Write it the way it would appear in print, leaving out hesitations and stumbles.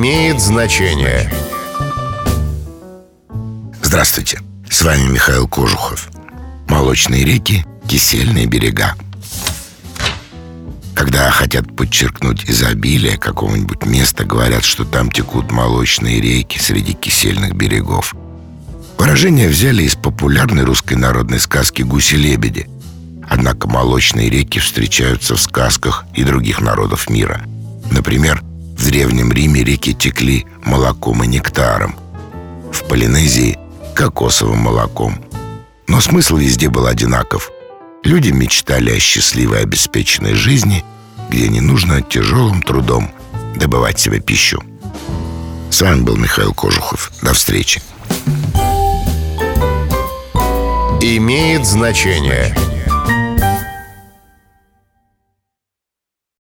Имеет значение. Здравствуйте, с вами Михаил Кожухов. Молочные реки, кисельные берега. Когда хотят подчеркнуть изобилие какого-нибудь места, говорят, что там текут молочные реки среди кисельных берегов. Выражение взяли из популярной русской народной сказки «Гуси-лебеди». Однако молочные реки встречаются в сказках и других народов мира. Например, в Древнем Риме реки текли молоком и нектаром. В Полинезии – кокосовым молоком. Но смысл везде был одинаков. Люди мечтали о счастливой обеспеченной жизни, где не нужно тяжелым трудом добывать себе пищу. С вами был Михаил Кожухов. До встречи. Имеет значение.